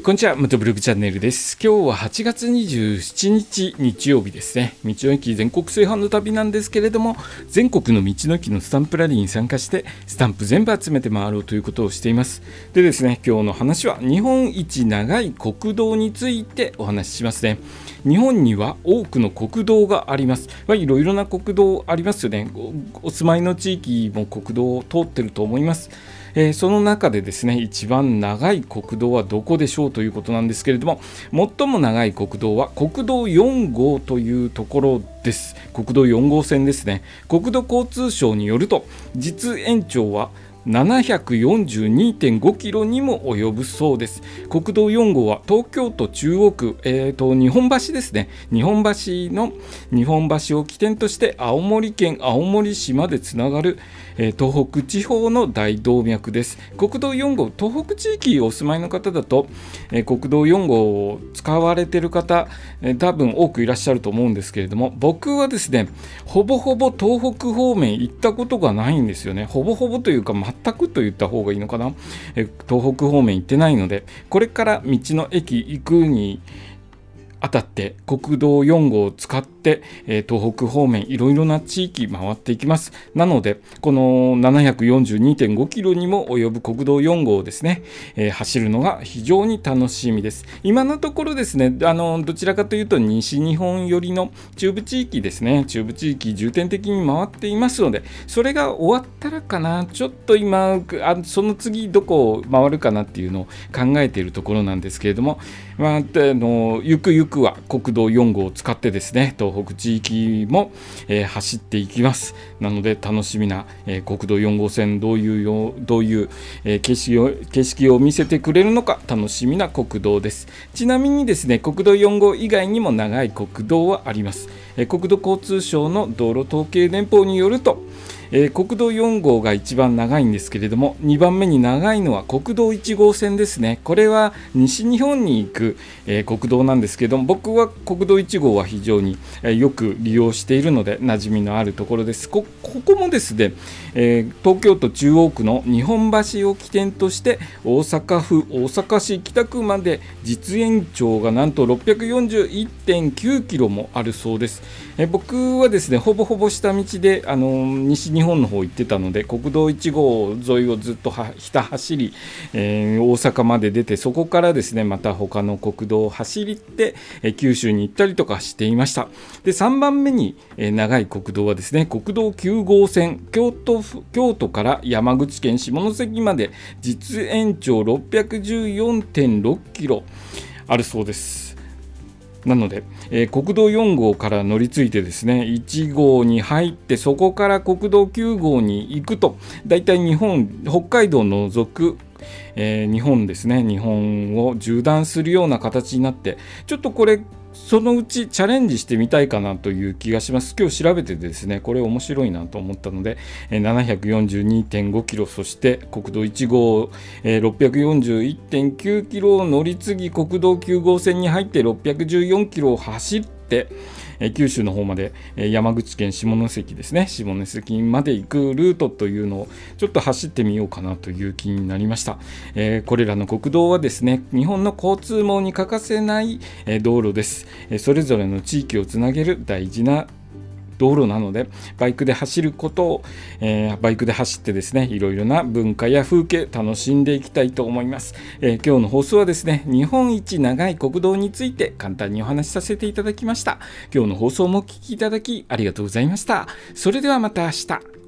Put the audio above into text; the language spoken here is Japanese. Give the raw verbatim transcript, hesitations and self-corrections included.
こんにちは、元ブログチャンネルです。今日ははちがつにじゅうしちにち日曜日ですね。道の駅全国制覇の旅なんですけれども、全国の道の駅のスタンプラリーに参加してスタンプ全部集めて回ろうということをしています。でですね、今日の話は日本一長い国道についてお話ししますね。日本には多くの国道があります。まあ、いろいろな国道ありますよね。お、お住まいの地域も国道を通ってると思います。えー、その中でですね、一番長い国道はどこでしょうということなんですけれども、最も長い国道は国道よんごうというところです。国道よんごうせんですね。国土交通省によると、実延長はななひゃくよんじゅうにてんごキロにも及ぶそうです。国道よんごうは東京都中央区、えーと、日本橋ですね。日本橋の日本橋を起点として青森県青森市までつながる、えー、東北地方の大動脈です。国道よんごう、東北地域お住まいの方だと、えー、国道よんごうを使われている方、えー、多分多くいらっしゃると思うんですけれども、僕はですね、ほぼほぼ東北方面行ったことがないんですよね。ほぼほぼというか全くと言った方がいいのかな。え東北方面行ってないので、これから道の駅行くにあたって国道よんごうを使って、えー、東北方面いろいろな地域回っていきます。なのでこの ななひゃくよんじゅうにてんごキロにも及ぶ国道よんごうをですね、えー、走るのが非常に楽しみです。今のところですね、あのどちらかというと西日本寄りの中部地域ですね、中部地域重点的に回っていますので、それが終わったらかな、ちょっと今あその次どこを回るかなっていうのを考えているところなんですけれども、まあ、あのゆくゆくは国道よんごうを使ってですね、東北地域も、えー、走っていきます。なので楽しみな、えー、国道よんごうせん、どういうよどういう、えー、景色を景色を見せてくれるのか楽しみな国道です。ちなみにですね、国道よんごう以外にも長い国道はあります。えー、国土交通省の道路統計年報によると、えー、国道よんごうが一番長いんですけれども、にばんめに長いのは国道いちごうせんですね。これは西日本に行く、えー、国道なんですけれども、僕は国道いちごうは非常に、えー、よく利用しているので馴染みのあるところです。こ、ここもですね、えー、東京都中央区の日本橋を起点として大阪府大阪市北区まで実延長がなんと ろっぴゃくよんじゅういってんきゅうキロもあるそうです。えー、僕はですね、ほぼほぼ下道で、あのー、西日本日本の方行ってたので、国道いちごう沿いをずっとはひた走り、えー、大阪まで出て、そこからですねまた他の国道を走りって、えー、九州に行ったりとかしていました。でさんばんめに、えー、長い国道はですね、国道きゅうごうせん、京都府京都から山口県下関まで実延長 ろっぴゃくじゅうよんてんろっキロあるそうです。なので、えー、国道よんごうから乗り継いでですね、いちごうに入って、そこから国道きゅうごうに行くと、だいたい日本北海道を除く、えー、日本ですね、日本を縦断するような形になって、ちょっとこれそのうちチャレンジしてみたいかなという気がします。今日調べてですね、これ面白いなと思ったので、ななひゃくよんじゅうにてんごキロ、そして国道いちごう、えー、ろっぴゃくよんじゅういってんきゅうキロを乗り継ぎ、国道きゅうごうせんに入ってろっぴゃくじゅうよんキロを走って、九州の方まで、山口県下関ですね、下関まで行くルートというのをちょっと走ってみようかなという気になりました。えー、これらの国道はですね、日本の交通網に欠かせない道路です。それぞれの地域をつなげる大事な道路なので、バイクで走ることを、えー、バイクで走ってですね、いろいろな文化や風景楽しんでいきたいと思います。えー、今日の放送はですね、日本一長い国道について簡単にお話しさせていただきました。今日の放送もお聞きいただきありがとうございました。それではまた明日。